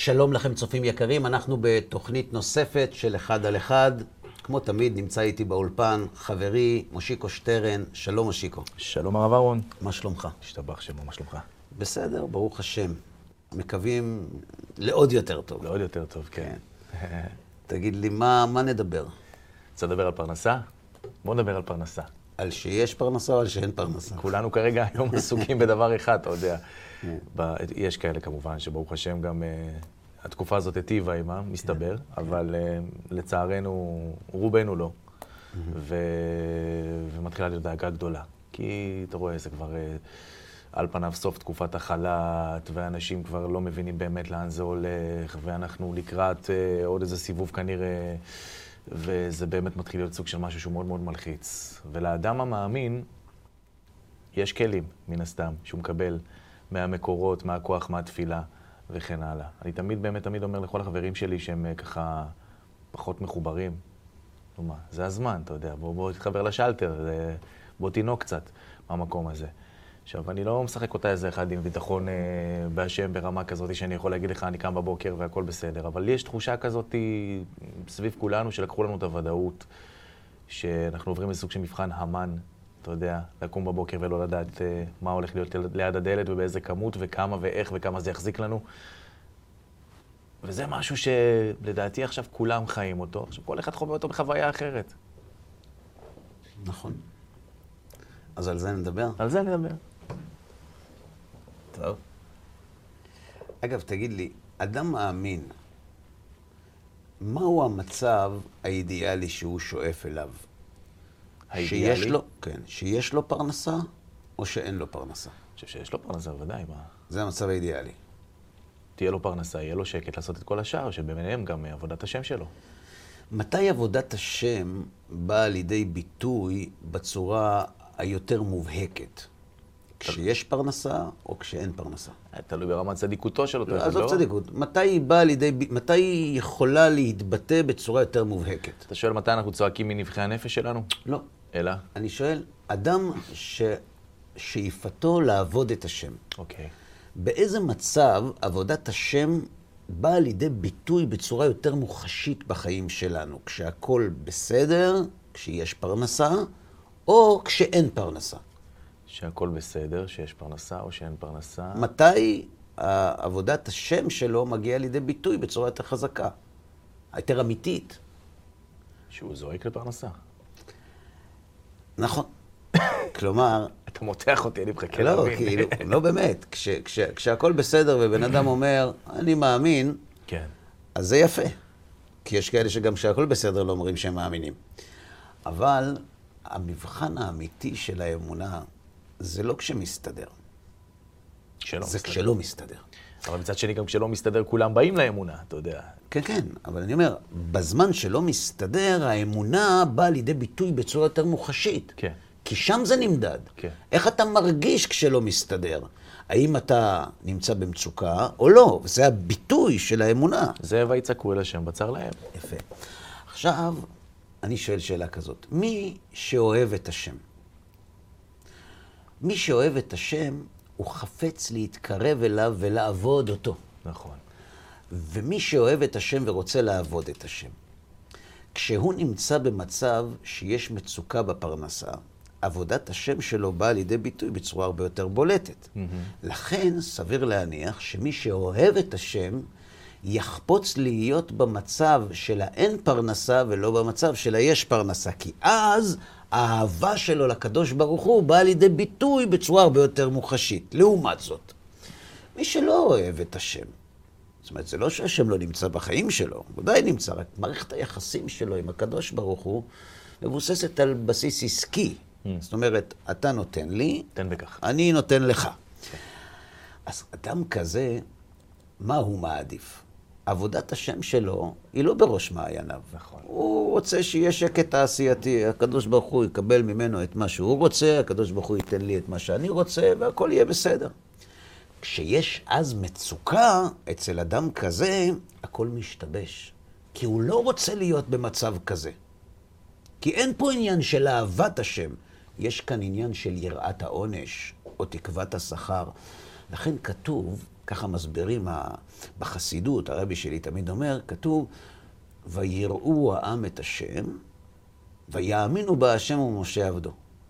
שלום לכם צופים יקרים, אנחנו בתוכנית נוספת של אחד על אחד. כמו תמיד נמצא איתי באולפן חברי מושיקו שטרן. שלום מושיקו. שלום הרב אהרון. מה שלומך? השתבח שמו, מה שלומך? בסדר, ברוך השם. מקווים לעוד יותר טוב. לעוד יותר טוב, כן. תגיד לי, מה נדבר? רוצה לדבר על פרנסה? בוא נדבר על פרנסה. על שיש פרנסה או על שאין פרנסה? כולנו כרגע היום עסוקים בדבר אחד, אתה יודע. יש כאלה כמובן, שברוך השם גם התקופה הזאת היטיבה עימם, מסתבר, אבל לצערנו רובנו לא. ומתחילה להיות דאגה גדולה. כי אתה רואה, זה כבר על פניו סוף תקופת החל"ת, ואנשים כבר לא מבינים באמת לאן זה הולך, ואנחנו לקראת עוד איזה סיבוב כנראה, וזה באמת מתחיל להיות סוג של משהו שהוא מאוד מאוד מלחיץ. ולאדם המאמין יש כלים, מן הסתם, שהוא מקבל מהמקורות, מהכוח, מהתפילה וכן הלאה. אני תמיד אומר לכל החברים שלי שהם ככה פחות מחוברים. זה הזמן, אתה יודע, בוא תתחבר לשלטר, בוא תינוק קצת מהמקום הזה. עכשיו, אני לא משחק אותה איזה אחד עם ביטחון בהשם ברמה כזאת שאני יכול להגיד לך, אני קם בבוקר והכל בסדר, אבל יש תחושה כזאת סביב כולנו שלקחו לנו את הוודאות, שאנחנו עוברים לסוג של מבחן המן, אתה יודע, לקום בבוקר ולא לדעת מה הולך להיות ליד הדלת ובאיזה כמות וכמה ואיך וכמה זה יחזיק לנו. וזה משהו שלדעתי עכשיו כולם חיים אותו, עכשיו כל אחד חווה אותו בחוויה אחרת. נכון. אז על זה נדבר? על זה נדבר. טוב. אגב, תגיד לי, אדם מאמין, מהו המצב האידיאלי שהוא שואף אליו? האידיאלי? שיש לו, כן, שיש לו פרנסה או שאין לו פרנסה? אני חושב שיש לו פרנסה, ודאי, מה? זה המצב האידיאלי. תהיה לו פרנסה, יהיה לו שקט לעשות את כל השאר, שביניהם גם עבודת השם שלו. מתי עבודת השם באה לידי ביטוי בצורה היותר מובהקת? כשיש פרנסה או כשאין פרנסה? תלוי ברמת צדיקותו של אותו אחד, לא? עזוב צדיקות. מתי היא יכולה להתבטא בצורה יותר מובהקת? אתה שואל מתי אנחנו צועקים מנבחי הנפש שלנו? לא. אלא? אני שואל, אדם ששאיפתו לעבוד את השם. אוקיי. באיזה מצב עבודת השם באה לידי ביטוי בצורה יותר מוחשית בחיים שלנו? כשהכל בסדר, כשיש פרנסה, או כשאין פרנסה? שהכל בסדר, שיש פרנסה או שאין פרנסה. מתי עבודת השם שלו מגיעה לידי ביטוי בצורה יותר חזקה? יותר אמיתית? שהוא זועק לפרנסה. נכון. כלומר... אתה מותח אותי, אני מחכה לא, להבין. כאילו, לא באמת. כשהכל בסדר ובן אדם אומר, אני מאמין, כן. אז זה יפה. כי יש כאלה שגם כשהכל בסדר לא אומרים שהם מאמינים. אבל המבחן האמיתי של האמונה זה לא כשמסתדר. זה כשלא מסתדר. אבל מצד שני, גם כשלא מסתדר, כולם באים לאמונה, אתה יודע. כן, כן, אבל אני אומר, בזמן שלא מסתדר, האמונה באה לידי ביטוי בצורה יותר מוחשית. כן. כי שם זה נמדד. כן. איך אתה מרגיש כשלא מסתדר? האם אתה נמצא במצוקה או לא? וזה הביטוי של האמונה. זה ויצעקו אל השם בצר להם. יפה. עכשיו, אני שואל שאלה כזאת. מי שאוהב את השם? מי שאוהב את השם, הוא חפץ להתקרב אליו ולעבוד אותו. נכון. ומי שאוהב את השם ורוצה לעבוד את השם, כשהוא נמצא במצב שיש מצוקה בפרנסה, עבודת השם שלו באה לידי ביטוי בצורה הרבה יותר בולטת. לכן סביר להניח שמי שאוהב את השם יחפוץ להיות במצב של האין פרנסה ולא במצב של היש פרנסה, כי אז האהבה שלו לקדוש ברוך הוא באה לידי ביטוי בצורה הרבה יותר מוחשית. לעומת זאת, מי שלא אוהב את השם, זאת אומרת, זה לא שהשם לא נמצא בחיים שלו, ודאי נמצא, רק מערכת היחסים שלו עם הקדוש ברוך הוא מבוססת על בסיס עסקי. זאת אומרת, אתה נותן לי, תן וכך. אני נותן לך. אז אדם כזה, מה הוא מעדיף? עבודת השם שלו היא לא בראש מעייניו. נכון. הוא רוצה שיהיה שקט תעשייתי, הקדוש ברוך הוא יקבל ממנו את מה שהוא רוצה, הקדוש ברוך הוא ייתן לי את מה שאני רוצה, והכל יהיה בסדר. כשיש אז מצוקה אצל אדם כזה, הכל משתבש. כי הוא לא רוצה להיות במצב כזה. כי אין פה עניין של אהבת השם. יש כאן עניין של יראת העונש, או תקוות השכר. לכן כתוב ככה מסבירים בחסידות, הרבי שלי תמיד אומר, כתוב, ויראו העם את השם, ויאמינו בה השם ומשה עבדו.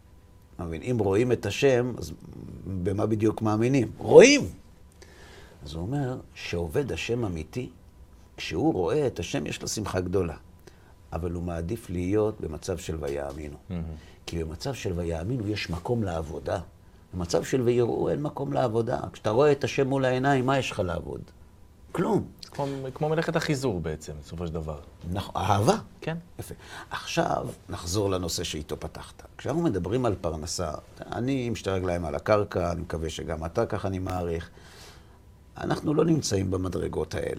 אם רואים את השם, אז במה בדיוק מאמינים? רואים! אז הוא אומר שעובד השם אמיתי, כשהוא רואה את השם יש לו שמחה גדולה. אבל הוא מעדיף להיות במצב של ויאמינו. כי במצב של ויאמינו יש מקום לעבודה. במצב של ויראו אין מקום לעבודה. כשאתה רואה את השם מול העיניים, מה יש לך לעבוד? כלום. כמו מלאכת החיזור בעצם, בסופו של דבר. אהבה. כן. יפה. עכשיו נחזור לנושא שאיתו פתחת. כשאנחנו מדברים על פרנסה, אני עם שתי רגליים על הקרקע, אני מקווה שגם אתה ככה אני מעריך. אנחנו לא נמצאים במדרגות האלה.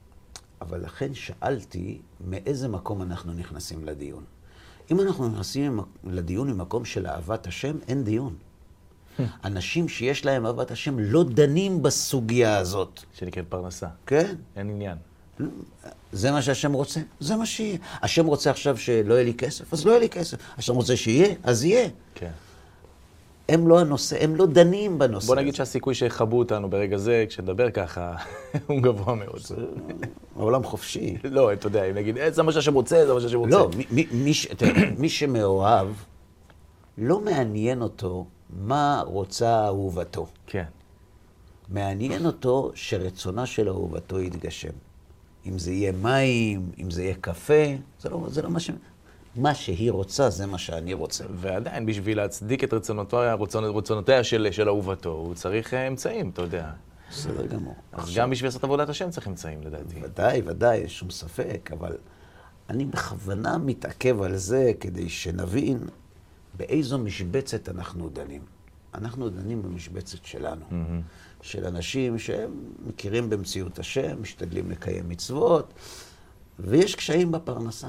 אבל לכן שאלתי מאיזה מקום אנחנו נכנסים לדיון. אם אנחנו נכנסים לדיון ממקום של אהבת השם, אין דיון. אנשים שיש להם אהבת השם לא דנים בסוגיה הזאת. שנקראת פרנסה. כן. אין עניין. זה מה שהשם רוצה, זה מה שיהיה. השם רוצה עכשיו שלא יהיה לי כסף, אז לא יהיה לי כסף. השם רוצה שיהיה, אז יהיה. כן. הם לא הנושא, הם לא דנים בנושא. בוא נגיד שהסיכוי שיחבו אותנו ברגע זה, כשנדבר ככה, הוא גבוה מאוד. העולם חופשי. לא, אתה יודע, אם נגיד, זה מה שהשם רוצה, זה מה שהשם רוצה. לא, מי שמאוהב, לא מעניין אותו מה רוצה אהובתו. כן. מעניין אותו שרצונה של אהובתו יתגשם. אם זה יהיה מים, אם זה יהיה קפה, זה לא מה שהיא רוצה, זה מה שאני רוצה. ועדיין, בשביל להצדיק את רצונותיה של אהובתו, הוא צריך אמצעים, אתה יודע. בסדר גמור. אז גם בשביל לעשות עבודת השם צריך אמצעים, לדעתי. ודאי, שום ספק, אבל אני בכוונה מתעכב על זה כדי שנבין באיזו משבצת אנחנו דנים. אנחנו דנים במשבצת שלנו. של אנשים שהם מכירים במציאות השם, משתדלים לקיים מצוות, ויש קשיים בפרנסה.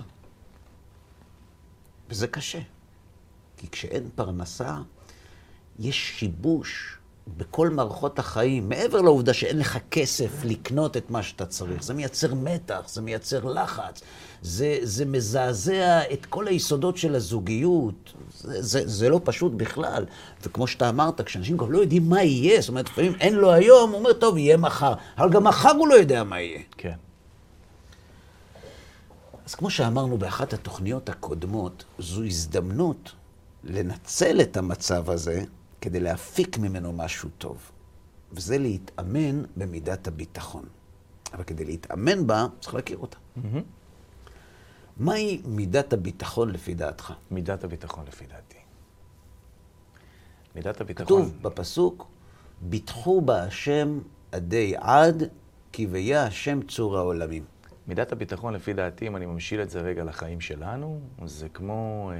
וזה קשה. כי כשאין פרנסה, יש שיבוש בכל מערכות החיים, מעבר לעובדה שאין לך כסף לקנות את מה שאתה צריך. זה מייצר מתח, זה מייצר לחץ, זה מזעזע את כל היסודות של הזוגיות. זה לא פשוט בכלל. וכמו שאתה אמרת, כשאנשים כבר לא יודעים מה יהיה, זאת אומרת, לפעמים אין לו היום, הוא אומר, טוב, יהיה מחר. אבל גם מחר הוא לא יודע מה יהיה. כן. אז כמו שאמרנו באחת התוכניות הקודמות, זו הזדמנות לנצל את המצב הזה כדי להפיק ממנו משהו טוב. וזה להתאמן במידת הביטחון. אבל כדי להתאמן בה, צריך להכיר אותה. מהי מידת הביטחון לפי דעתך? מידת הביטחון לפי דעתי. מידת הביטחון... כתוב בפסוק, ביטחו בה השם עדי עד, כי ויה השם צור העולמים. מידת הביטחון לפי דעתי, אם אני ממשיל את זה רגע לחיים שלנו, זה כמו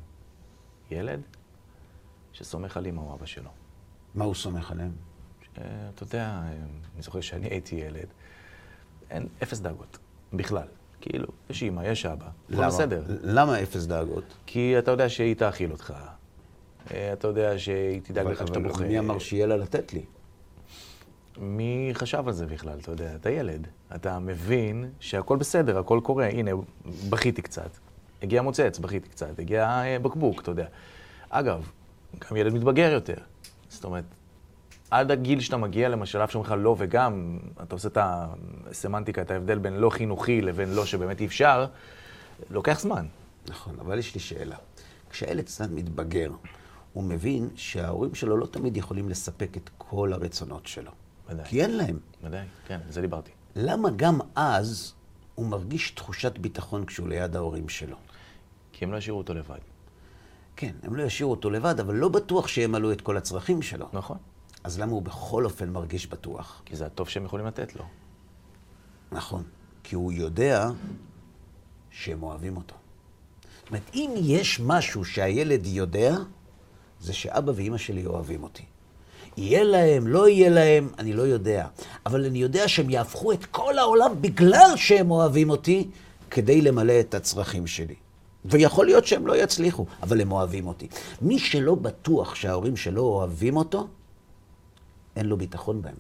ילד שסומך על אמא או אבא שלו. מה הוא סומך עליהם? אתה יודע, אני זוכר שאני הייתי ילד, אין אפס דאגות, בכלל. כאילו, יש אמא, יש אבא, הכל בסדר. למה אפס דאגות? כי אתה יודע שהיא תאכיל אותך, אתה יודע שהיא תדאג לך שאתה בוכה. אבל מי אמר שיהיה לה לתת לי? מי חשב על זה בכלל, אתה יודע, אתה ילד. אתה מבין שהכל בסדר, הכל קורה. הנה, בכיתי קצת. הגיע מוצץ, בכיתי קצת. הגיע בקבוק, אתה יודע. אגב, גם ילד מתבגר יותר. זאת אומרת, עד הגיל שאתה מגיע למשלב שאומר לך לא וגם, אתה עושה את הסמנטיקה, את ההבדל בין לא חינוכי לבין לא שבאמת אי אפשר, לוקח זמן. נכון, אבל יש לי שאלה. כשהילד קצת מתבגר, הוא מבין שההורים שלו לא תמיד יכולים לספק את כל הרצונות שלו. ודאי. כי אין להם. ודאי, כן, על זה דיברתי. למה גם אז הוא מרגיש תחושת ביטחון כשהוא ליד ההורים שלו? כי הם לא השאירו אותו לבד. כן, הם לא ישאירו אותו לבד, אבל לא בטוח שהם עלו את כל הצרכים שלו. נכון. אז למה הוא בכל אופן מרגיש בטוח? כי זה הטוב שהם יכולים לתת לו. נכון, כי הוא יודע שהם אוהבים אותו. זאת אומרת, אם יש משהו שהילד יודע, זה שאבא ואמא שלי אוהבים אותי. יהיה להם, לא יהיה להם, אני לא יודע. אבל אני יודע שהם יהפכו את כל העולם בגלל שהם אוהבים אותי, כדי למלא את הצרכים שלי. ויכול להיות שהם לא יצליחו, אבל הם אוהבים אותי. מי שלא בטוח שההורים שלו אוהבים אותו, אין לו ביטחון בהם.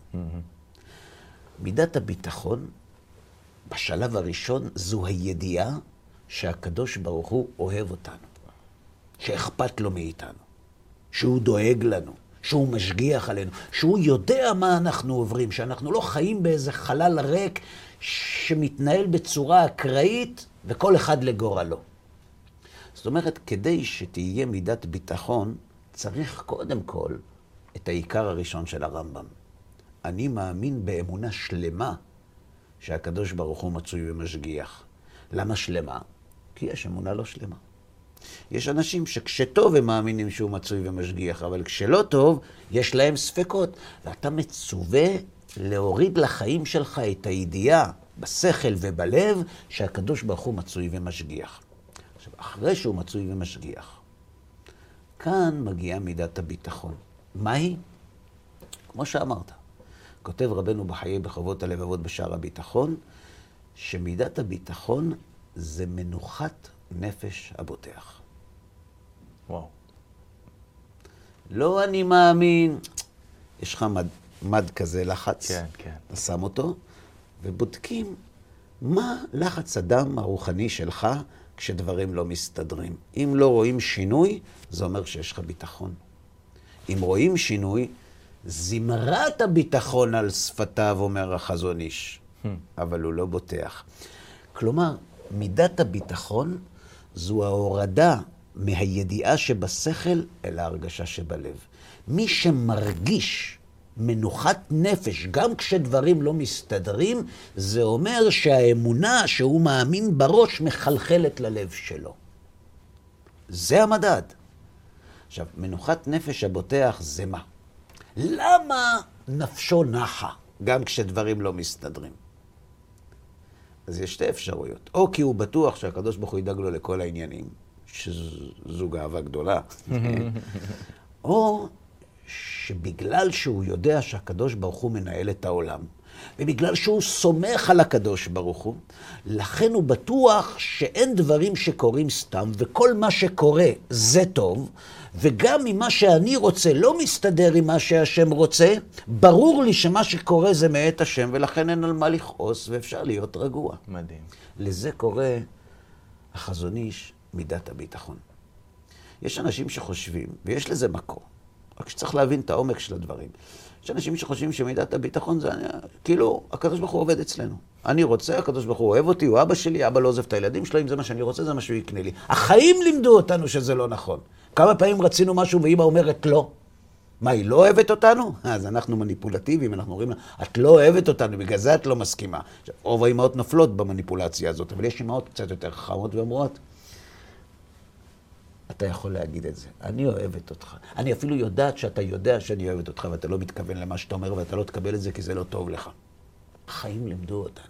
מידת הביטחון, בשלב הראשון, זו הידיעה שהקדוש ברוך הוא אוהב אותנו. שאכפת לו מאיתנו. שהוא דואג לנו. שהוא משגיח עלינו, שהוא יודע מה אנחנו עוברים, שאנחנו לא חיים באיזה חלל ריק שמתנהל בצורה אקראית וכל אחד לגורלו. זאת אומרת, כדי שתהיה מידת ביטחון, צריך קודם כל את העיקר הראשון של הרמב"ם. אני מאמין באמונה שלמה שהקדוש ברוך הוא מצוי ומשגיח. למה שלמה? כי יש אמונה לא שלמה. יש אנשים שכשטוב הם מאמינים שהוא מצוי ומשגיח, אבל כשלא טוב, יש להם ספקות. ואתה מצווה להוריד לחיים שלך את הידיעה בשכל ובלב שהקדוש ברוך הוא מצוי ומשגיח. עכשיו, אחרי שהוא מצוי ומשגיח, כאן מגיעה מידת הביטחון. מהי? כמו שאמרת, כותב רבנו בחיי בחובות הלבבות בשער הביטחון, שמידת הביטחון זה מנוחת נפש הבוטח. וואו. לא אני מאמין, יש לך מד כזה לחץ, כן, כן. אתה שם אותו, ובודקים מה לחץ הדם הרוחני שלך כשדברים לא מסתדרים. אם לא רואים שינוי, זה אומר שיש לך ביטחון. אם רואים שינוי, זמרת הביטחון על שפתיו, אומר החזון איש, אבל הוא לא בוטח. כלומר, מידת הביטחון זו ההורדה מהידיעה שבשכל אל ההרגשה שבלב. מי שמרגיש מנוחת נפש, גם כשדברים לא מסתדרים, זה אומר שהאמונה שהוא מאמין בראש מחלחלת ללב שלו. זה המדד. עכשיו, מנוחת נפש הבוטח זה מה? למה נפשו נחה, גם כשדברים לא מסתדרים? אז יש שתי אפשרויות. או כי הוא בטוח שהקדוש ברוך הוא ידאג לו לכל העניינים, שזו גאווה גדולה. או שבגלל שהוא יודע שהקדוש ברוך הוא מנהל את העולם, ובגלל שהוא סומך על הקדוש ברוך הוא, לכן הוא בטוח שאין דברים שקורים סתם, וכל מה שקורה זה טוב, וגם אם מה שאני רוצה לא מסתדר עם מה שהשם רוצה, ברור לי שמה שקורה זה מאת השם, ולכן אין על מה לכעוס, ואפשר להיות רגוע. מדהים. לזה קורא החזון איש מידת הביטחון. יש אנשים שחושבים, ויש לזה מקור, רק שצריך להבין את העומק של הדברים. יש אנשים שחושבים שמידת הביטחון זה כאילו, הקדוש ברוך הוא עובד אצלנו. אני רוצה, הקדוש ברוך הוא אוהב אותי, הוא אבא שלי, אבא לא עוזב את הילדים שלו, אם זה מה שאני רוצה, זה מה שהוא יקנה לי. החיים לימדו אותנו שזה לא נכון. כמה פעמים רצינו משהו ואמא אומרת לא. מה, היא לא אוהבת אותנו? אז אנחנו מניפולטיביים, אנחנו אומרים לה, את לא אוהבת אותנו, בגלל זה את לא מסכימה. עכשיו, רוב האמהות נופלות במניפולציה הזאת, אבל יש אמהות קצת יותר חכמות ואומרות, אתה יכול להגיד את זה. אני אוהבת אותך. אני אפילו יודעת שאתה יודע שאני אוהבת אותך, ואתה לא מתכוון למה שאתה אומר, ואתה לא תקבל את זה כי זה לא טוב לך. החיים לימדו אותנו.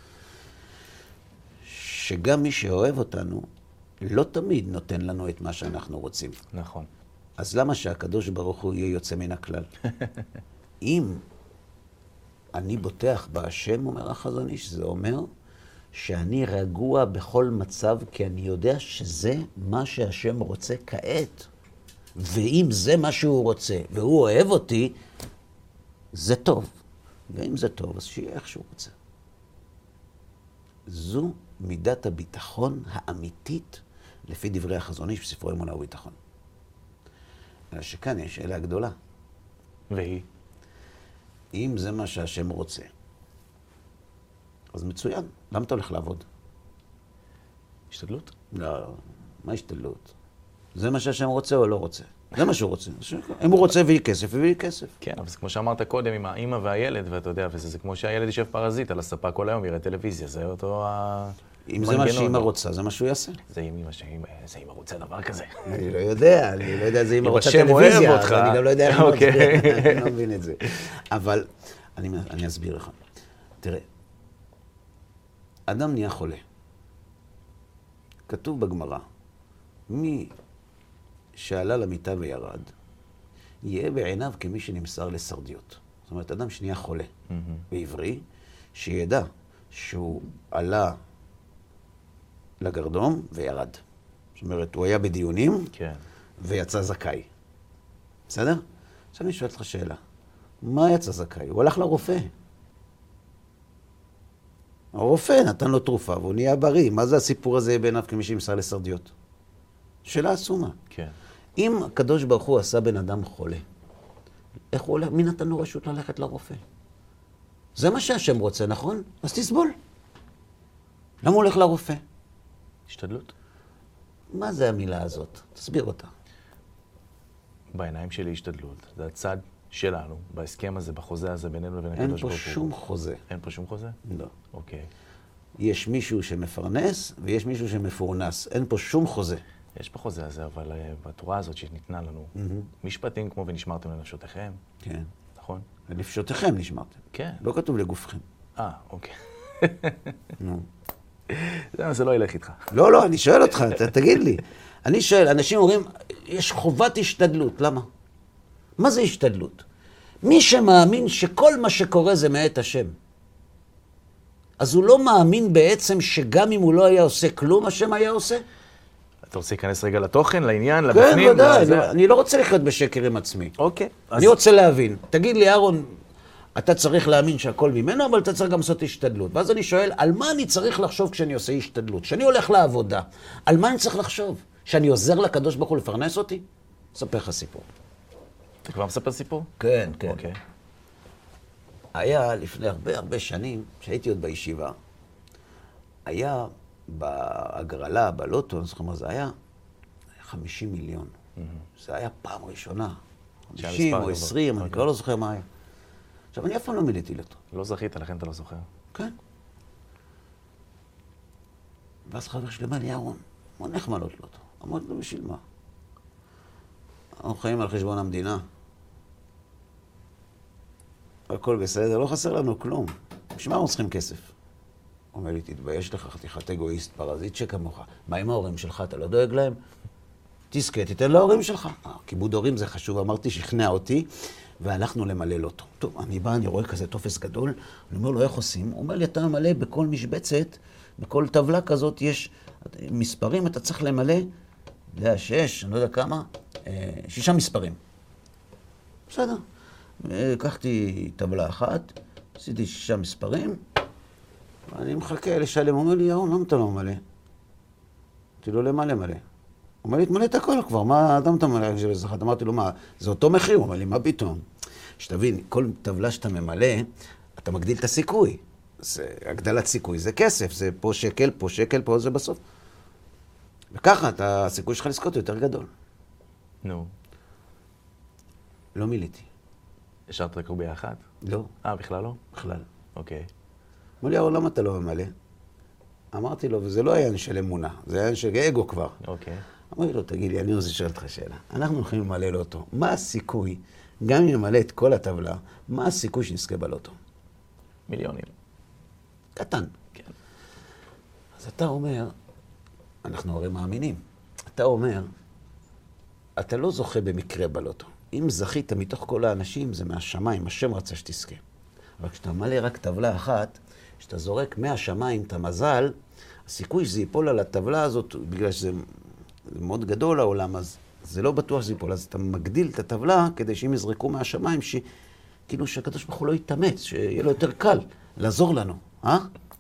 שגם מי שאוהב אותנו, לא תמיד נותן לנו את מה שאנחנו רוצים. נכון. אז למה שהקדוש ברוך הוא יהיה יוצא מן הכלל? אם אני בוטח בהשם, אומר החזון איש, זה אומר שאני רגוע בכל מצב, כי אני יודע שזה מה שהשם רוצה כעת. ואם זה מה שהוא רוצה, והוא אוהב אותי, זה טוב. ואם זה טוב, אז שיהיה איך שהוא רוצה. זו מידת הביטחון האמיתית, לפי דברי החזון איש בספרו אמונה וביטחון. אלא שכאן יש שאלה גדולה. והיא? אם זה מה שהשם רוצה, אז מצוין. למה אתה הולך לעבוד? השתדלות? לא, מה השתדלות? זה מה שהשם רוצה או לא רוצה? זה מה שהוא רוצה. אם הוא רוצה ויהי כסף, ויהי כסף. כן, אבל זה כמו שאמרת קודם עם האמא והילד, ואתה יודע, וזה כמו שהילד יישב פרזיט על הספה כל היום, יראה טלוויזיה, זה אותו אם זה מה שאמא רוצה, זה מה שהוא יעשה. זה אמא רוצה דבר כזה. אני לא יודע, זה אמא רוצה השם אוהב טלוויזיה, אותך. אני גם לא יודע איך אני אוקיי. מצביע, אני לא מבין את זה. אבל אני אסביר לך. תראה, אדם נהיה חולה. כתוב בגמרא, מי שעלה למיטה וירד, יהיה בעיניו כמי שנמסר לסרדיות. זאת אומרת, אדם שנהיה חולה בעברי, שידע שהוא עלה לגרדום וירד. זאת אומרת, הוא היה בדיונים ויצא זכאי. בסדר? עכשיו אני שואל לך שאלה. מה יצא זכאי? הוא הלך לרופא. הרופא נתן לו תרופה והוא נהיה בריא. מה זה הסיפור הזה בעיניו כמי שנמסר לסרדיות? שאלה עצומה. כן. אם הקדוש ברוך הוא עשה בן אדם חולה, איך הוא הולך? מי נתן לו רשות ללכת לרופא? זה מה שהשם רוצה, נכון? אז תסבול. למה הוא הולך לרופא? השתדלות. מה זה המילה הזאת? תסביר אותה. בעיניים שלי השתדלות. זה הצד שלנו, בהסכם הזה, בחוזה הזה, בינינו לבין אין הקדוש פה ברוך הוא. שום חוזה. אין פה שום חוזה? לא. אוקיי. יש מישהו שמפרנס ויש מישהו שמפורנס. אין פה שום חוזה. יש בחוזה הזה, אבל בתורה הזאת שניתנה לנו, משפטים כמו ונשמרתם לנפשותיכם, כן. נכון? לנפשותיכם נשמרתם. כן. לא כתוב לגופכם. אוקיי. נו. זה לא ילך איתך. לא, אני שואל אותך, תגיד לי. אני שואל, אנשים אומרים, יש חובת השתדלות. למה? מה זה השתדלות? מי שמאמין שכל מה שקורה זה מאת השם, אז הוא לא מאמין בעצם שגם אם הוא לא היה עושה כלום, השם היה עושה? אתה רוצה להיכנס רגע לתוכן, לעניין, לבפנים? כן, ודאי. אני לא רוצה לחיות בשקר עם עצמי. אוקיי. אני רוצה להבין. תגיד לי, אהרון, אתה צריך להאמין שהכל ממנו, אבל אתה צריך גם לעשות השתדלות. ואז אני שואל, על מה אני צריך לחשוב כשאני עושה השתדלות? כשאני הולך לעבודה, על מה אני צריך לחשוב? שאני עוזר לקדוש ברוך הוא לפרנס אותי? אספר לך סיפור. אתה כבר מספר סיפור? כן, כן. אוקיי. היה לפני הרבה שנים, כשהייתי עוד בישיבה, היה בהגרלה, בלוטו, אני זוכר מה זה היה, 50 מיליון. זה היה פעם ראשונה. 50 או 20, אני כבר לא זוכר מה היה. עכשיו, אני אף פעם לא מילאתי לוטו. לא זכית, לכן אתה לא זוכר. כן. ואז חבר שלי אמר לי, אהרון, מה הולך מעלות לוטו? אמרתי לו, בשביל מה? אנחנו חיים על חשבון המדינה. הכל בסדר, לא חסר לנו כלום. בשביל מה אנחנו צריכים כסף? הוא אומר לי, תתבייש לך, חתיכת אגואיסט, פרזיט שכמוך. מה עם ההורים שלך? אתה לא דואג להם? תזכה, תיתן להורים שלך. כיבוד הורים זה חשוב, אמרתי, שכנע אותי, והלכנו למלא לוטו. טוב, אני בא, אני רואה כזה טופס גדול, אני אומר לו, איך עושים? הוא אומר לי, אתה ממלא בכל משבצת, בכל טבלה כזאת יש מספרים, אתה צריך למלא, זה 6, אני לא יודע כמה, 6 מספרים. בסדר. לקחתי טבלה אחת, עשיתי 6 מספרים, ואני מחכה לשלם. הוא אומר לי, ירון, למה אתה לא מלא? אמרתי לו, למה למלא? הוא אומר לי, תמלא את הכל כבר, מה אדם אתה מלא? אמרתי לו, מה, זה אותו מחיר? הוא אומר לי, מה פתאום? שתבין, כל טבלה שאתה ממלא, אתה מגדיל את הסיכוי. זה הגדלת סיכוי, זה כסף, זה פה שקל, פה זה בסוף. וככה, הסיכוי שלך לזכות יותר גדול. נו. לא מיליתי. השארת את הקובייה אחת? לא. בכלל לא? בכלל. אוקיי. אמר לי, למה אתה לא ממלא? אמרתי לו, וזה לא היה של אמונה, זה היה של אגו כבר. אוקיי. אמרתי לו, תגיד לי, אני רוצה לשאול אותך שאלה. אנחנו הולכים למלא לוטו. מה הסיכוי, גם אם נמלא את כל הטבלה, מה הסיכוי שנזכה בלוטו? מיליונים. קטן. כן. אז אתה אומר, אנחנו הרי מאמינים. אתה אומר, אתה לא זוכה במקרה בלוטו. אם זכית מתוך כל האנשים, זה מהשמיים, השם רצה שתזכה. אבל כשאתה מלא רק טבלה אחת, כשאתה זורק מהשמיים את המזל, הסיכוי שזה ייפול על הטבלה הזאת, בגלל שזה מאוד גדול העולם, אז זה לא בטוח שזה ייפול. אז אתה מגדיל את הטבלה כדי שאם יזרקו מהשמיים, כאילו שהקדוש ברוך הוא לא יתאמץ, שיהיה לו יותר קל לעזור לנו, אה?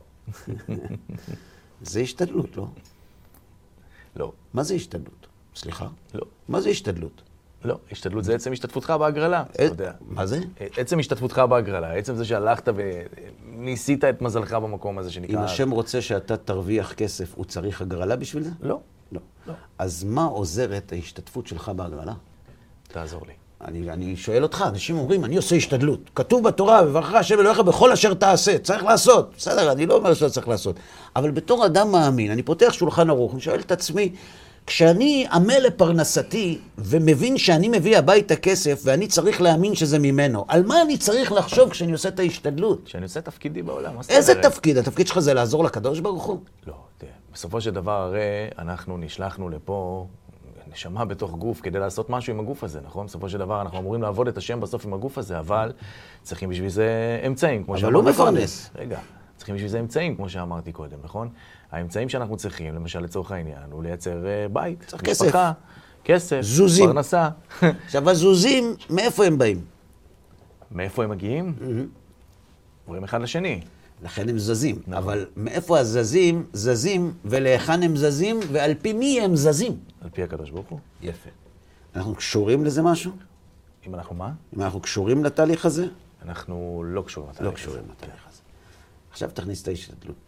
זה השתדלות, לא? לא. מה זה השתדלות? סליחה? לא. מה זה השתדלות? לא, השתדלות זה עצם השתתפותך בהגרלה, אתה יודע. מה זה? עצם השתתפותך בהגרלה, עצם זה שהלכת וניסית את מזלך במקום הזה שנקרא... אם השם רוצה שאתה תרוויח כסף, הוא צריך הגרלה בשביל זה? לא. לא. אז מה עוזרת ההשתתפות שלך בהגרלה? תעזור לי. אני שואל אותך, אנשים אומרים, אני עושה השתדלות. כתוב בתורה, וברכך השם אלוהיך בכל אשר תעשה. צריך לעשות. בסדר, אני לא אומר שאתה צריך לעשות. אבל בתור אדם מאמין, אני פותח שולחן ערוך, אני שואל את עצמי, כשאני עמל לפרנסתי ומבין שאני מביא הביתה כסף ואני צריך להאמין שזה ממנו, על מה אני צריך לחשוב כשאני עושה את ההשתדלות? כשאני עושה תפקידי בעולם, איזה תפקיד? התפקיד שלך זה לעזור לקדוש ברוך הוא? לא, תראה, בסופו של דבר הרי אנחנו נשלחנו לפה נשמה בתוך גוף כדי לעשות משהו עם הגוף הזה, נכון? בסופו של דבר אנחנו אמורים לעבוד את השם בסוף עם הגוף הזה, אבל צריכים בשביל זה אמצעים, כמו שאמרתי קודם. אבל הוא מפרנס. רגע, צריכים בשביל זה אמצעים, כמו שאמרתי קודם, נכון? האמצעים שאנחנו צריכים, למשל לצורך העניין, הוא לייצר בית, משפחה, כסף, זוזים. פרנסה. עכשיו, הזוזים, מאיפה הם באים? מאיפה הם מגיעים? עוברים אחד לשני. לכן הם זזים. אבל מאיפה הזזים, זזים, ולהיכן הם זזים, ועל פי מי הם זזים? על פי הקדוש ברוך הוא. יפה. אנחנו קשורים לזה משהו? אם אנחנו מה? אם אנחנו קשורים לתהליך הזה? אנחנו לא קשורים לתהליך הזה. לא קשורים לתהליך הזה. עכשיו תכניס את ההשתדלות.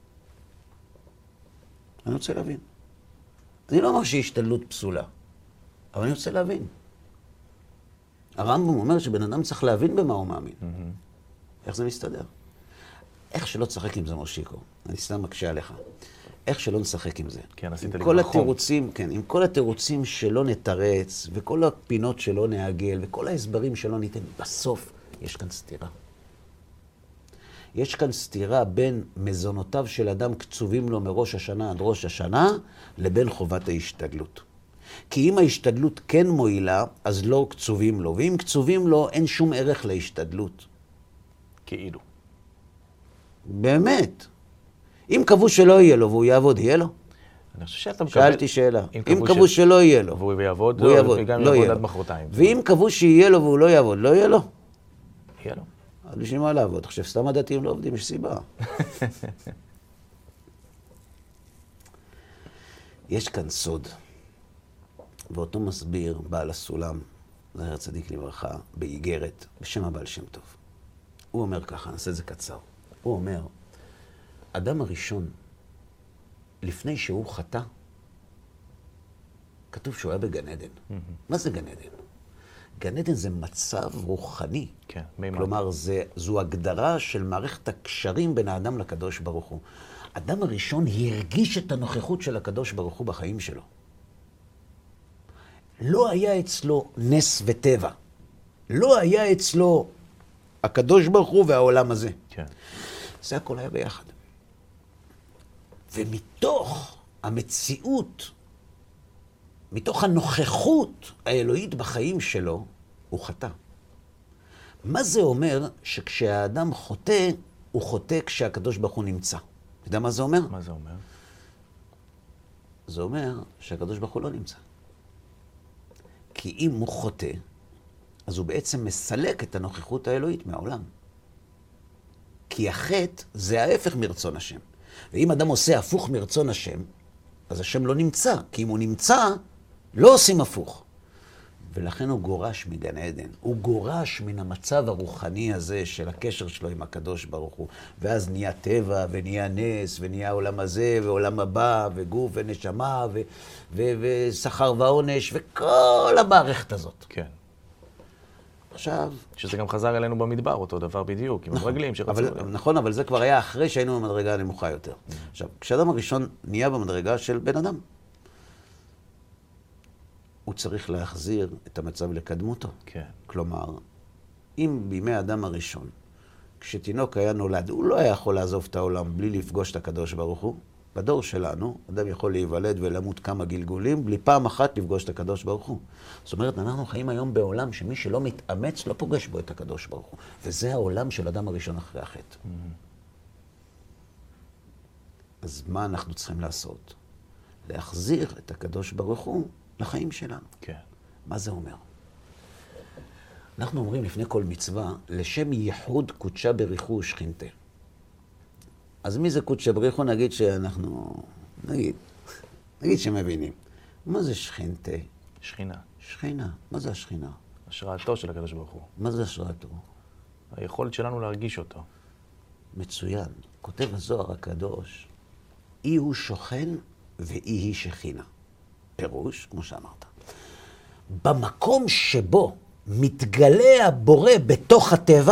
אני רוצה להבין. אני לא אומר שהיא השתדלות פסולה, אבל אני רוצה להבין. הרמב"ם אומר שבן אדם צריך להבין במה הוא מאמין. איך זה מסתדר? איך שלא תשחק עם זה, מושיקו. אני סתם מקשה עליך. איך שלא נשחק עם זה. כן, עשית לי כל בחום. התירוצים, כן, עם כל התירוצים שלא נתרץ, וכל הפינות שלא נעגל, וכל ההסברים שלא ניתן, בסוף יש כאן סתירה. יש כאן סתירה בין מזונותיו של אדם קצובים לו מראש השנה עד ראש השנה, לבין חובת ההשתדלות. כי אם ההשתדלות כן מועילה, אז לא קצובים לו. ואם קצובים לו, אין שום ערך להשתדלות. כאילו. באמת. אם קבעו שלא יהיה לו והוא יעבוד, יהיה לו? אני חושב שאתה מקבל... שאלתי שאלה. אם קבעו שלא יהיה לו, והוא יעבוד, והוא יעבוד, וגם לא יעבוד יהיה עד לו. מחרתיים. ואם קבעו שיהיה לו והוא לא יעבוד, לא יהיה לו? יהיה לו. אז בשביל מה לעבוד? עכשיו, סתם הדתיים לא עובדים, יש סיבה. יש כאן סוד, ואותו מסביר בעל הסולם, זכר צדיק לברכה, באיגרת, בשם הבעל שם טוב. הוא אומר ככה, נעשה את זה קצר. הוא אומר, אדם הראשון, לפני שהוא חטא, כתוב שהוא היה בגן עדן. מה זה גן עדן? גן עדן זה מצב רוחני. כן, מימד. כלומר, זו הגדרה של מערכת הקשרים בין האדם לקדוש ברוך הוא. אדם הראשון הרגיש את הנוכחות של הקדוש ברוך הוא בחיים שלו. לא היה אצלו נס וטבע. לא היה אצלו הקדוש ברוך הוא והעולם הזה. כן. זה הכל היה ביחד. ומתוך המציאות, מתוך הנוכחות האלוהית בחיים שלו, הוא חטא. מה זה אומר שכשהאדם חוטא, הוא חוטא כשהקדוש ברוך הוא נמצא? אתה יודע מה זה אומר? מה זה אומר? זה אומר שהקדוש ברוך הוא לא נמצא. כי אם הוא חוטא, אז הוא בעצם מסלק את הנוכחות האלוהית מהעולם. כי החטא זה ההפך מרצון השם. ואם אדם עושה הפוך מרצון השם, אז השם לא נמצא. כי אם הוא נמצא, לא עושים הפוך. ולכן הוא גורש מגן עדן. הוא גורש מן המצב הרוחני הזה של הקשר שלו עם הקדוש ברוך הוא. ואז נהיה טבע, ונהיה נס, ונהיה עולם הזה, ועולם הבא, וגוף ונשמה, ושכר ועונש, וכל המערכת הזאת. כן. עכשיו... שזה גם חזר אלינו במדבר, אותו דבר בדיוק, עם המרגלים שרצו... נכון, אבל זה כבר היה אחרי שהיינו במדרגה הנמוכה יותר. עכשיו, כשאדם הראשון נהיה במדרגה של בן אדם, הוא צריך להחזיר את המצב לקדמותו. כן. כלומר, אם בימי האדם הראשון, כשתינוק היה נולד, הוא לא היה יכול לעזוב את העולם בלי לפגוש את הקדוש ברוך הוא. בדור שלנו, אדם יכול להיוולד ולמות כמה גלגולים, בלי פעם אחת לפגוש את הקדוש ברוך הוא. זאת אומרת, אנחנו חיים היום בעולם שמי שלא מתאמץ לא פוגש בו את הקדוש ברוך הוא. וזה העולם של אדם הראשון אחרי החטא. אז מה אנחנו צריכים לעשות? להחזיר את הקדוש ברוך הוא לחיים שלנו. כן. מה זה אומר? אנחנו אומרים לפני כל מצווה, לשם ייחוד קודשה בריחו ושכינתה. אז מי זה קודשה בריחו? נגיד שאנחנו... נגיד שמבינים. מה זה שכינתה? שכינה. שכינה. מה זה השכינה? השראתו של הקדוש ברוך הוא. מה זה השראתו? היכולת שלנו להרגיש אותו. מצוין. כותב הזוהר הקדוש, אי הוא שוכן ואי היא שכינה. פירוש, כמו שאמרת. במקום שבו מתגלה הבורא בתוך הטבע,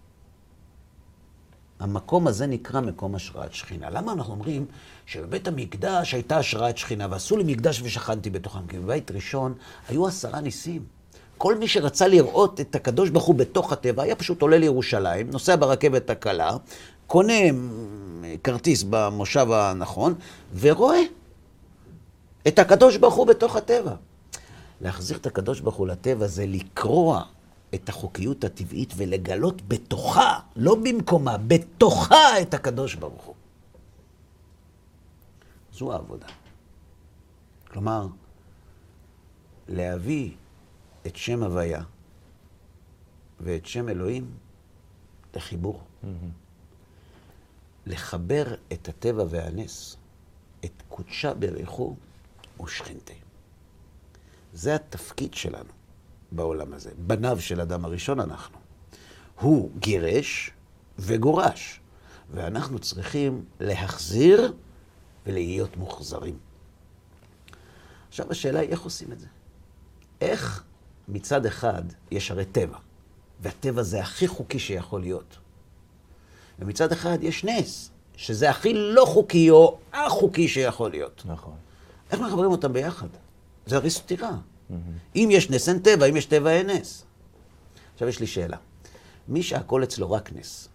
המקום הזה נקרא מקום השראת שכינה. למה אנחנו אומרים שבבית המקדש הייתה השראת שכינה, ועשו לי מקדש ושכנתי בתוכם? כי בבית ראשון היו 10 ניסים. כל מי שרצה לראות את הקדוש ברוך הוא בתוך הטבע, היה פשוט עולה לירושלים, נוסע ברכבת הקלה, קונה כרטיס במושב הנכון, ורואה את הקדוש ברוך הוא בתוך הטבע. להחזיר את הקדוש ברוך הוא לטבע זה לקרוע את החוקיות הטבעית ולגלות בתוכה, לא במקומה, בתוכה את הקדוש ברוך הוא. זו העבודה. כלומר, להביא את שם הוויה ואת שם אלוהים לחיבור. לחבר את הטבע והנס, את קודשה בריחו ושכינתה. זה התפקיד שלנו. בעולם הזה. בניו של אדם הראשון אנחנו. הוא גירש וגורש, ואנחנו צריכים להחזיר ולהיות מוחזרים. עכשיו השאלה היא איך עושים את זה? איך מצד אחד יש הרי טבע, והטבע זה הכי חוקי שיכול להיות. ומצד אחד יש נס, שזה הכי לא חוקי או החוקי שיכול להיות. נכון. איך מחברים אותם ביחד? זה הרי סתירה. אם יש נס אין טבע, אם יש טבע אין נס. עכשיו יש לי שאלה. מי שהכל אצלו רק נס,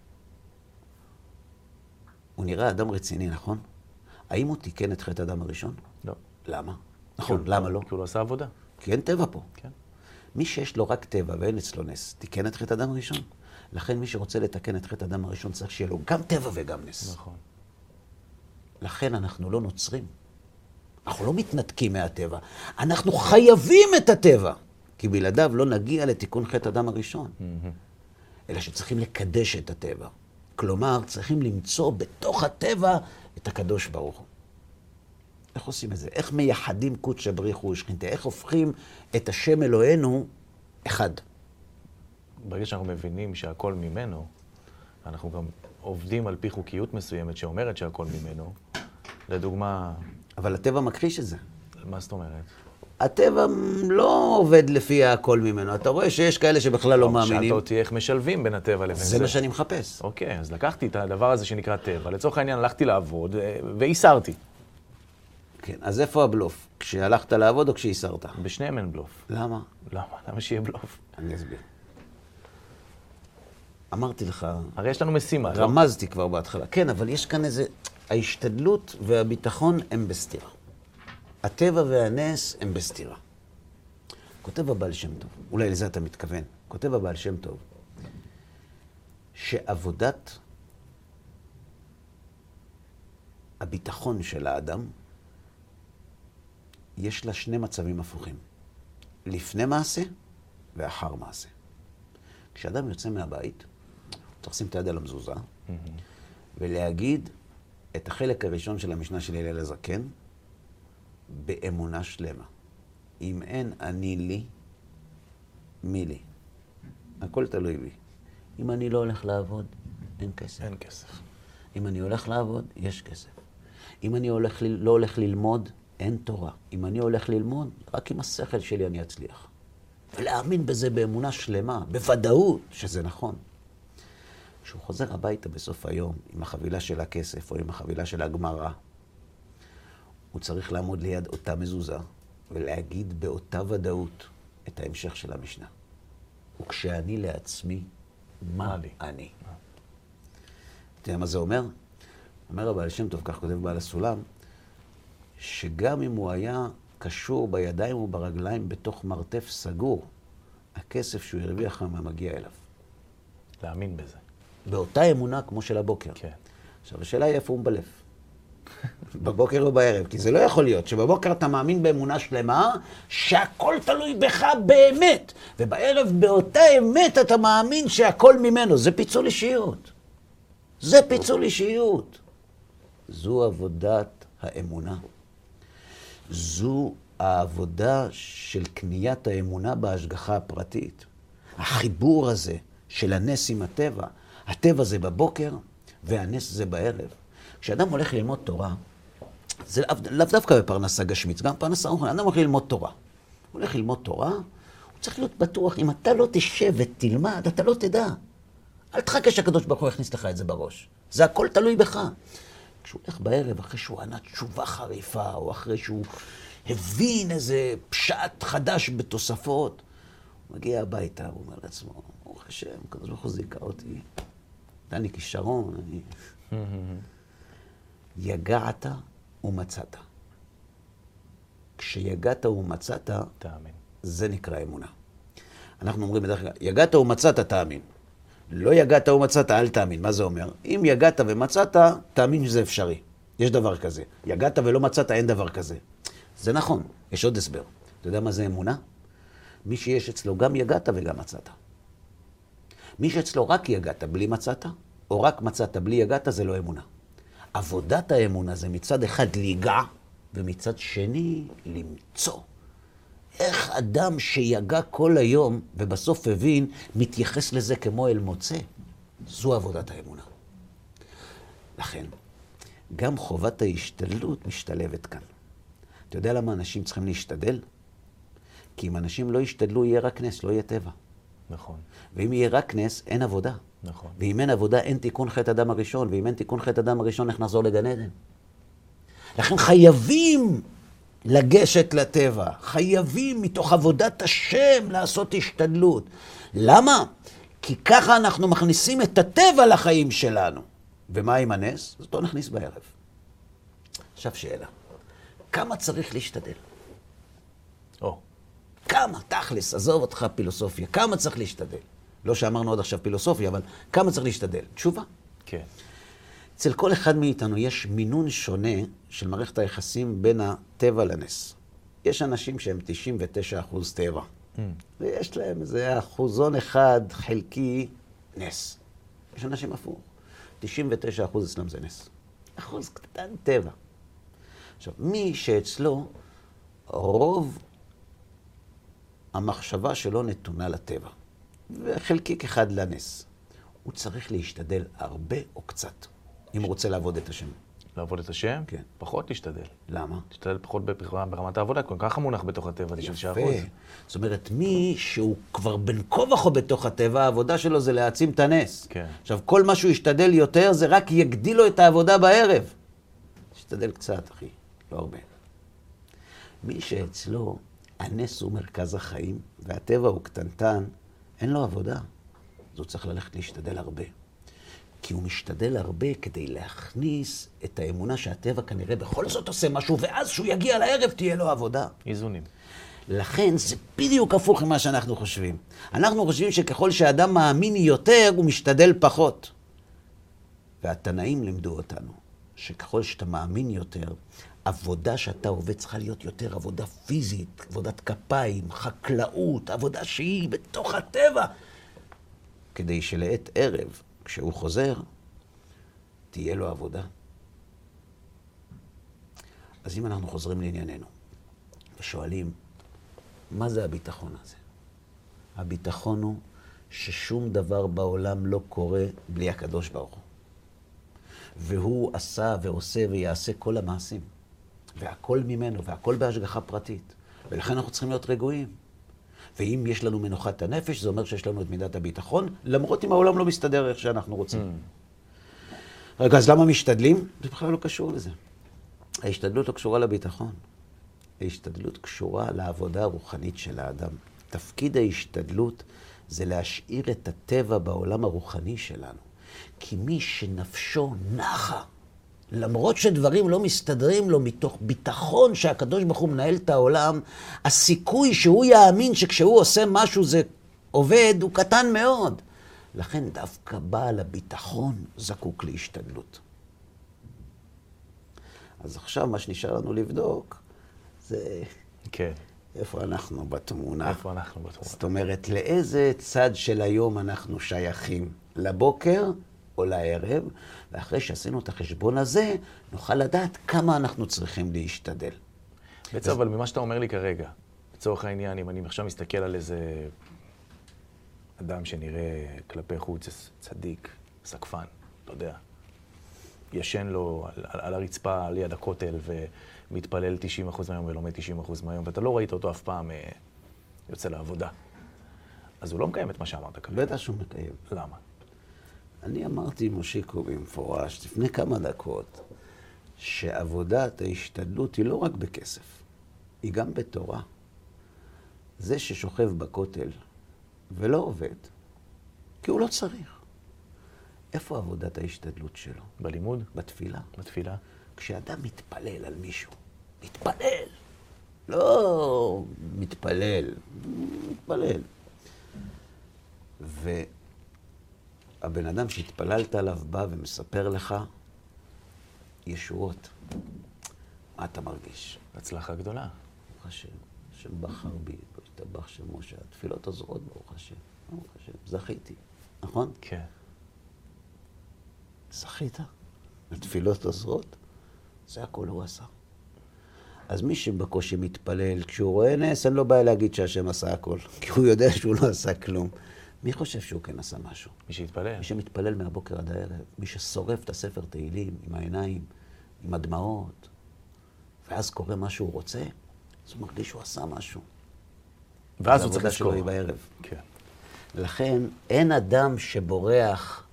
הוא נראה אדם רציני, נכון? האם הוא תיקן את חטא האדם הראשון? לא. למה? נכון, למה לא? כי הוא לא עשה עבודה. כי אין טבע פה. כן. מי שיש לו רק טבע ואין אצלו נס, תיקן את חטא האדם הראשון. לכן מי שרוצה לתקן את חטא האדם הראשון צריך שיהיה לו גם טבע וגם נס. נכון. לכן אנחנו לא נוצרים. אנחנו לא מתנתקים מהטבע. אנחנו חייבים את הטבע. כי בלעדיו לא נגיע לתיקון חטא האדם הראשון. אלא שצריכים לקדש את הטבע. כלומר, צריכים למצוא בתוך הטבע את הקדוש ברוך הוא. איך עושים את זה? איך מייחדים קודשא בריך הוא ושכינתה? איך הופכים את השם אלוהינו אחד? ברגע שאנחנו מבינים שהכל ממנו, אנחנו גם עובדים על פי חוקיות מסוימת שאומרת שהכל ממנו. לדוגמה... אבל הטבע מכחיש את זה. מה זאת אומרת? הטבע לא עובד לפי הכל ממנו. אתה רואה שיש כאלה שבכלל לא מאמינים. שאלת אותי איך משלבים בין הטבע לבין זה. זה מה שאני מחפש. אוקיי, אז לקחתי את הדבר הזה שנקרא טבע. לצורך העניין הלכתי לעבוד ואיסרתי. כן, אז איפה הבלוף? כשהלכת לעבוד או כשאיסרת? בשניהם אין בלוף. למה? למה? למה שיהיה בלוף? אני אסביר. אמרתי לך... הרי יש לנו משימה. רמזתי כבר בהתחלה. כן, אבל יש כאן איזה... ההשתדלות והביטחון הם בסתירה. הטבע והנס הם בסתירה. כותב הבעל שם טוב, אולי לזה אתה מתכוון, כותב הבעל שם טוב, שעבודת הביטחון של האדם, יש לה שני מצבים הפוכים. לפני מעשה ואחר מעשה. כשאדם יוצא מהבית, הוא צריך לשים את היד על המזוזה, ולהגיד את החלק הראשון של המשנה של הלל הזקן, באמונה שלמה. אם אין אני לי, מי לי? הכל תלוי בי. אם אני לא הולך לעבוד, אין כסף. אין כסף. אם אני הולך לעבוד, יש כסף. אם אני לא הולך ללמוד, אין תורה. אם אני הולך ללמוד, רק עם השכל שלי אני אצליח. ולהאמין בזה באמונה שלמה, בוודאות שזה נכון. כשהוא חוזר הביתה בסוף היום, עם החבילה של הכסף או עם החבילה של הגמרא, הוא צריך לעמוד ליד אותה מזוזה ולהגיד באותה ודאות את ההמשך של המשנה. וכשאני לעצמי, מה אני? אתה יודע מה זה אומר? אומר הבעל שם טוב, כך כותב בעל הסולם, שגם אם הוא היה קשור בידיים וברגליים בתוך מרתף סגור, הכסף שהוא הרוויח מה מגיע אליו. להאמין בזה. באותה אמונה כמו של הבוקר. כן. עכשיו, השאלה היא איפה הוא מבלף. בבוקר או בערב, כי זה לא יכול להיות שבבוקר אתה מאמין באמונה שלמה שהכל תלוי בך באמת, ובערב באותה אמת אתה מאמין שהכל ממנו. זה פיצול אישיות. זה פיצול אישיות. זו עבודת האמונה. זו העבודה של קניית האמונה בהשגחה הפרטית. החיבור הזה של הנס עם הטבע. הטבע זה בבוקר והנס זה בערב. כשאדם הולך ללמוד תורה, זה לאו דווקא בפרנסה גשמית, גם פרנסה רוחנית. אדם הולך ללמוד תורה. הוא הולך ללמוד תורה, הוא צריך להיות בטוח, אם אתה לא תשב ותלמד, אתה לא תדע. אל תחכה שהקדוש ברוך הוא יכניס לך את זה בראש. זה הכל תלוי בך. כשהוא הולך בערב, אחרי שהוא ענה תשובה חריפה, או אחרי שהוא הבין איזה פשט חדש בתוספות, הוא מגיע הביתה, הוא אומר לעצמו, ברוך השם, הקדוש ברוך הוא זיכה אותי, נתן לי כישרון, אני... יגעת ומצאת. כשיגעת ומצאת, תאמין. זה נקרא אמונה. אנחנו אומרים בדרך כלל, יגעת ומצאת, תאמין. לא יגעת ומצאת, אל תאמין. מה זה אומר? אם יגעת ומצאת, תאמין שזה אפשרי. יש דבר כזה. יגעת ולא מצאת, אין דבר כזה. זה נכון, יש עוד הסבר. אתה יודע מה זה אמונה? מי שיש אצלו גם יגעת וגם מצאת. מי שאצלו רק יגעת בלי מצאת, או רק מצאת בלי יגעת, זה לא אמונה. עבודת האמונה זה מצד אחד ליגע, ומצד שני למצוא איך אדם שיגע כל היום ובסוף הבין, מתייחס לזה כמו אל מוצא? זו עבודת האמונה. לכן, גם חובת ההשתדלות משתלבת כאן. אתה יודע למה אנשים צריכים להשתדל? כי אם אנשים לא ישתדלו, יהיה רק נס, לא יהיה טבע. נכון. ואם יהיה רק נס, אין עבודה. נכון. ואם אין עבודה, אין תיקון חטא אדם הראשון. ואם אין תיקון חטא אדם הראשון, איך נחזור לגן עדן? לכן חייבים לגשת לטבע. חייבים מתוך עבודת השם לעשות השתדלות. למה? כי ככה אנחנו מכניסים את הטבע לחיים שלנו. ומה עם הנס? אז אותו נכניס בערב. עכשיו שאלה. כמה צריך להשתדל? כמה? תכלס, עזוב אותך פילוסופיה. כמה צריך להשתדל? לא שאמרנו עד עכשיו פילוסופיה, אבל כמה צריך להשתדל? תשובה. כן. אצל כל אחד מאיתנו יש מינון שונה של מערכת היחסים בין הטבע לנס. יש אנשים שהם 99% טבע. ויש להם איזה אחוזון אחד חלקי נס. יש אנשים הפוך. 99% אצלם זה נס. אחוז קטן טבע. עכשיו, מי שאצלו רוב המחשבה שלו נתונה לטבע, וחלקיק אחד לנס, הוא צריך להשתדל הרבה או קצת, אם הוא רוצה לעבוד את השם. לעבוד את השם? כן. פחות להשתדל. למה? להשתדל פחות ברמת העבודה, כל ככה מונח בתוך הטבע, 99%. יפה. זאת אומרת, מי שהוא כבר בין כה וכה בתוך הטבע, העבודה שלו זה להעצים את הנס. כן. עכשיו, כל מה שהוא ישתדל יותר, זה רק יגדיל לו את העבודה בערב. תשתדל קצת, אחי, לא הרבה. מי שאצלו הנס הוא מרכז החיים, והטבע הוא קטנטן, אין לו עבודה. אז הוא צריך ללכת להשתדל הרבה. כי הוא משתדל הרבה כדי להכניס את האמונה שהטבע כנראה בכל זאת עושה משהו, ואז שהוא יגיע לערב תהיה לו עבודה. איזונים. לכן זה בדיוק הפוך ממה שאנחנו חושבים. אנחנו חושבים שככל שאדם מאמין יותר, הוא משתדל פחות. והתנאים לימדו אותנו שככל שאתה מאמין יותר, עבודה שאתה עובד צריכה להיות יותר עבודה פיזית, עבודת כפיים, חקלאות, עבודה שהיא בתוך הטבע. כדי שלעת ערב, כשהוא חוזר, תהיה לו עבודה. אז אם אנחנו חוזרים לענייננו ושואלים, מה זה הביטחון הזה? הביטחון הוא ששום דבר בעולם לא קורה בלי הקדוש ברוך הוא. והוא עשה ועושה ויעשה כל המעשים. והכל ממנו, והכל בהשגחה פרטית. ולכן אנחנו צריכים להיות רגועים. ואם יש לנו מנוחת הנפש, זה אומר שיש לנו את מידת הביטחון, למרות אם העולם לא מסתדר איך שאנחנו רוצים. רגע, אז למה משתדלים? זה בכלל לא קשור לזה. ההשתדלות לא קשורה לביטחון. ההשתדלות קשורה לעבודה הרוחנית של האדם. תפקיד ההשתדלות זה להשאיר את הטבע בעולם הרוחני שלנו. כי מי שנפשו נחה, למרות שדברים לא מסתדרים לו מתוך ביטחון שהקדוש ברוך הוא מנהל את העולם, הסיכוי שהוא יאמין שכשהוא עושה משהו זה עובד הוא קטן מאוד. לכן דווקא בעל הביטחון זקוק להשתדלות. אז עכשיו מה שנשאר לנו לבדוק זה כן. איפה אנחנו בתמונה. איפה אנחנו בתמונה. זאת אומרת, לאיזה צד של היום אנחנו שייכים? לבוקר או לערב? ואחרי שעשינו את החשבון הזה, נוכל לדעת כמה אנחנו צריכים להשתדל. בעצם, אבל ממה שאתה אומר לי כרגע, לצורך העניין, אם אני עכשיו מסתכל על איזה אדם שנראה כלפי חוץ צדיק, סקפן, לא יודע, ישן לו על הרצפה ליד הכותל ומתפלל 90% מהיום ולומד 90% מהיום, ואתה לא ראית אותו אף פעם יוצא לעבודה. אז הוא לא מקיים את מה שאמרת כרגע. בטח שהוא מקיים. למה? אני אמרתי מושיקו במפורש לפני כמה דקות, שעבודת ההשתדלות היא לא רק בכסף, היא גם בתורה. זה ששוכב בכותל ולא עובד, כי הוא לא צריך. איפה עבודת ההשתדלות שלו? בלימוד? בתפילה. בתפילה? כשאדם מתפלל על מישהו, מתפלל, לא מתפלל, מתפלל. והבן אדם שהתפללת עליו בא ומספר לך ישועות. מה אתה מרגיש? הצלחה גדולה. ברוך השם, השם בחר בי, השתבח שמו שהתפילות עוזרות, ברוך השם. ברוך השם, זכיתי, נכון? כן. זכית? התפילות עוזרות? זה הכל הוא עשה. אז מי שבקושי מתפלל, כשהוא רואה נס, אין לו בעיה להגיד שהשם עשה הכל. כי הוא יודע שהוא לא עשה כלום. מי חושב שהוא כן עשה משהו? מי שהתפלל. מי שמתפלל מהבוקר עד הערב. מי ששורף את הספר תהילים עם העיניים, עם הדמעות, ואז קורה מה שהוא רוצה, אז הוא מרגיש שהוא עשה משהו. ואז הוא צריך לזכור. שלו היא בערב. כן. לכן אין אדם שבורח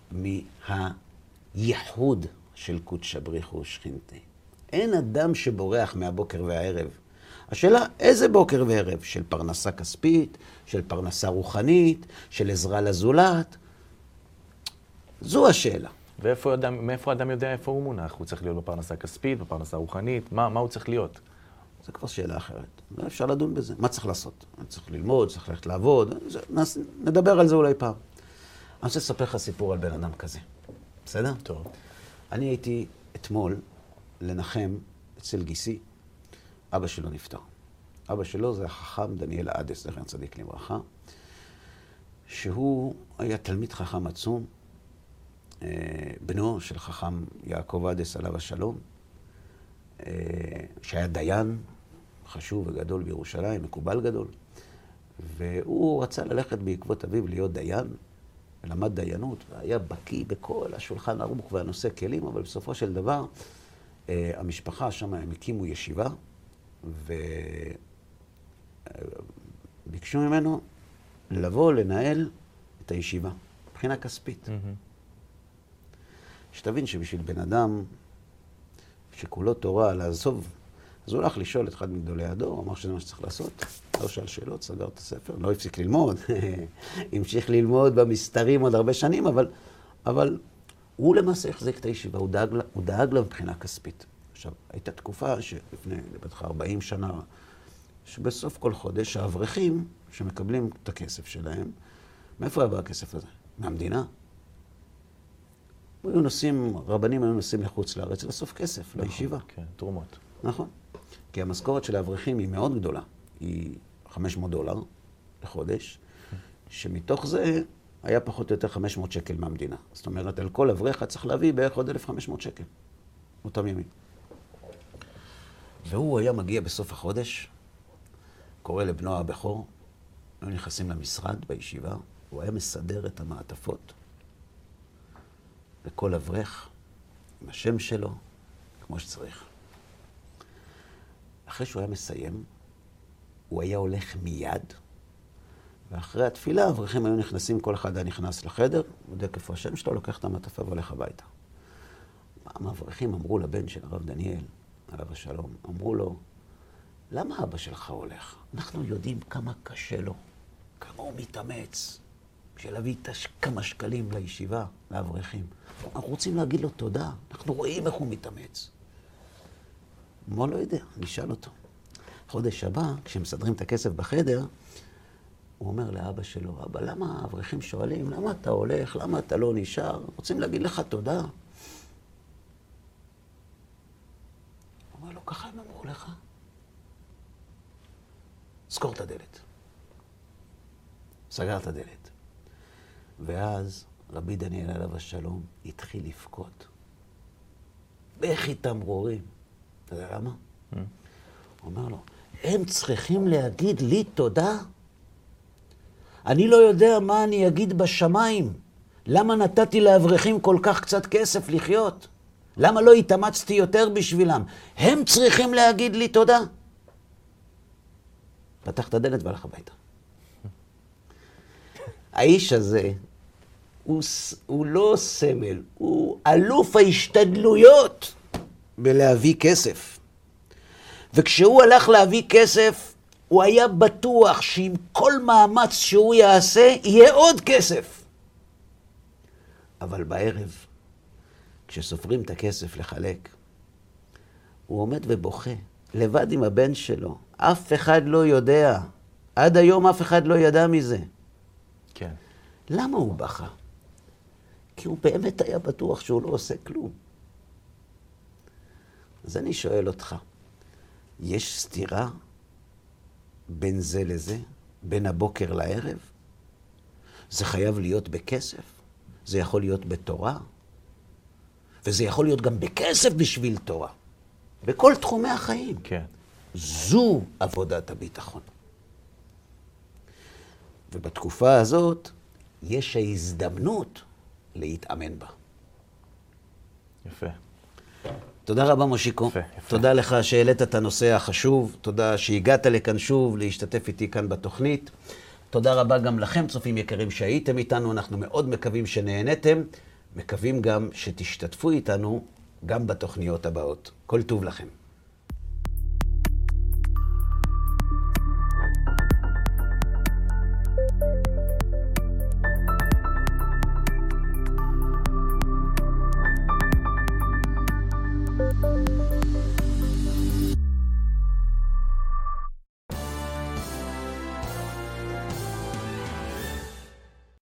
מהייחוד של קודשא בריך הוא ושכינתי. אין אדם שבורח מהבוקר והערב. השאלה, איזה בוקר וערב? של פרנסה כספית, של פרנסה רוחנית, של עזרה לזולת? זו השאלה. מאיפה אדם יודע איפה הוא מונח? הוא צריך להיות בפרנסה כספית, בפרנסה רוחנית? מה הוא צריך להיות? זה כבר שאלה אחרת. לא אפשר לדון בזה. מה צריך לעשות? צריך ללמוד, צריך ללכת לעבוד. נדבר על זה אולי פעם. אני רוצה לספר לך סיפור על בן אדם כזה. בסדר? טוב. אני הייתי אתמול לנחם אצל גיסי. אבא שלו נפטר. אבא שלו זה החכם דניאל עדס, זכר צדיק לברכה, שהוא היה תלמיד חכם עצום, בנו של חכם יעקב עדס עליו השלום, שהיה דיין חשוב וגדול בירושלים, מקובל גדול, והוא רצה ללכת בעקבות אביו להיות דיין, ולמד דיינות, והיה בקיא בכל השולחן ערוך והנושא כלים, אבל בסופו של דבר, המשפחה שם הם הקימו ישיבה, וביקשו ממנו לבוא לנהל את הישיבה, מבחינה כספית. שתבין שבשביל בן אדם שכולו תורה לעזוב, אז הוא הלך לשאול את אחד מגדולי הדור, אמר שזה מה שצריך לעשות, לא שאל שאלות, סגר את הספר, לא הפסיק ללמוד, המשיך ללמוד במסתרים עוד הרבה שנים, אבל הוא למעשה החזיק את הישיבה, הוא דאג לה מבחינה כספית. עכשיו, הייתה תקופה שלפני, בטח 40 שנה, שבסוף כל חודש האברכים שמקבלים את הכסף שלהם, מאיפה היה הכסף הזה? מהמדינה. רבנים היו נוסעים לחוץ לארץ לאסוף כסף, לישיבה. כן, תרומות. נכון. כי המשכורת של האברכים היא מאוד גדולה. היא $500 לחודש, שמתוך זה היה פחות או יותר 500 שקל מהמדינה. זאת אומרת, על כל אברך צריך להביא בערך עוד 1,500 שקל. אותם ימים. והוא היה מגיע בסוף החודש, קורא לבנו הבכור, היו נכנסים למשרד בישיבה, הוא היה מסדר את המעטפות לכל אברך, עם השם שלו, כמו שצריך. אחרי שהוא היה מסיים, הוא היה הולך מיד, ואחרי התפילה, האברכים היו נכנסים, כל אחד היה נכנס לחדר, בודק איפה השם שלו, לוקח את המעטפה והולך הביתה. האברכים אמרו לבן של הרב דניאל, עליו השלום, אמרו לו, למה אבא שלך הולך? אנחנו יודעים כמה קשה לו, כמה הוא מתאמץ, בשביל להביא כמה שקלים לישיבה, לאברכים. אנחנו רוצים להגיד לו תודה, אנחנו רואים איך הוא מתאמץ. מה לא יודע, נשאל אותו. חודש הבא, כשמסדרים את הכסף בחדר, הוא אומר לאבא שלו, אבא, למה האברכים שואלים, למה אתה הולך, למה אתה לא נשאר? רוצים להגיד לך תודה. הוא אומר לו, ככה הם אמרו לך. סגור את הדלת. סגר את הדלת. ואז רבי דניאל עליו השלום התחיל לבכות. בכי תמרורים. אתה יודע למה? הוא אומר לו, הם צריכים להגיד לי תודה? אני לא יודע מה אני אגיד בשמיים. למה נתתי לאברכים כל כך קצת כסף לחיות? למה לא התאמצתי יותר בשבילם? הם צריכים להגיד לי תודה. פתח את הדלת והלך הביתה. האיש הזה, הוא לא סמל, הוא אלוף ההשתדלויות בלהביא כסף. וכשהוא הלך להביא כסף, הוא היה בטוח שעם כל מאמץ שהוא יעשה, יהיה עוד כסף. אבל בערב, כשסופרים את הכסף לחלק, הוא עומד ובוכה, לבד עם הבן שלו. אף אחד לא יודע. עד היום אף אחד לא ידע מזה. כן. למה הוא בכה? כי הוא באמת היה בטוח שהוא לא עושה כלום. אז אני שואל אותך, יש סתירה בין זה לזה? בין הבוקר לערב? זה חייב להיות בכסף? זה יכול להיות בתורה? וזה יכול להיות גם בכסף בשביל תורה. בכל תחומי החיים. כן. זו עבודת הביטחון. ובתקופה הזאת יש ההזדמנות להתאמן בה. יפה. תודה רבה, מושיקו. יפה, יפה. תודה לך שהעלית את הנושא החשוב. תודה שהגעת לכאן שוב, להשתתף איתי כאן בתוכנית. תודה רבה גם לכם, צופים יקרים, שהייתם איתנו. אנחנו מאוד מקווים שנהנתם. מקווים גם שתשתתפו איתנו גם בתוכניות הבאות. כל טוב לכם.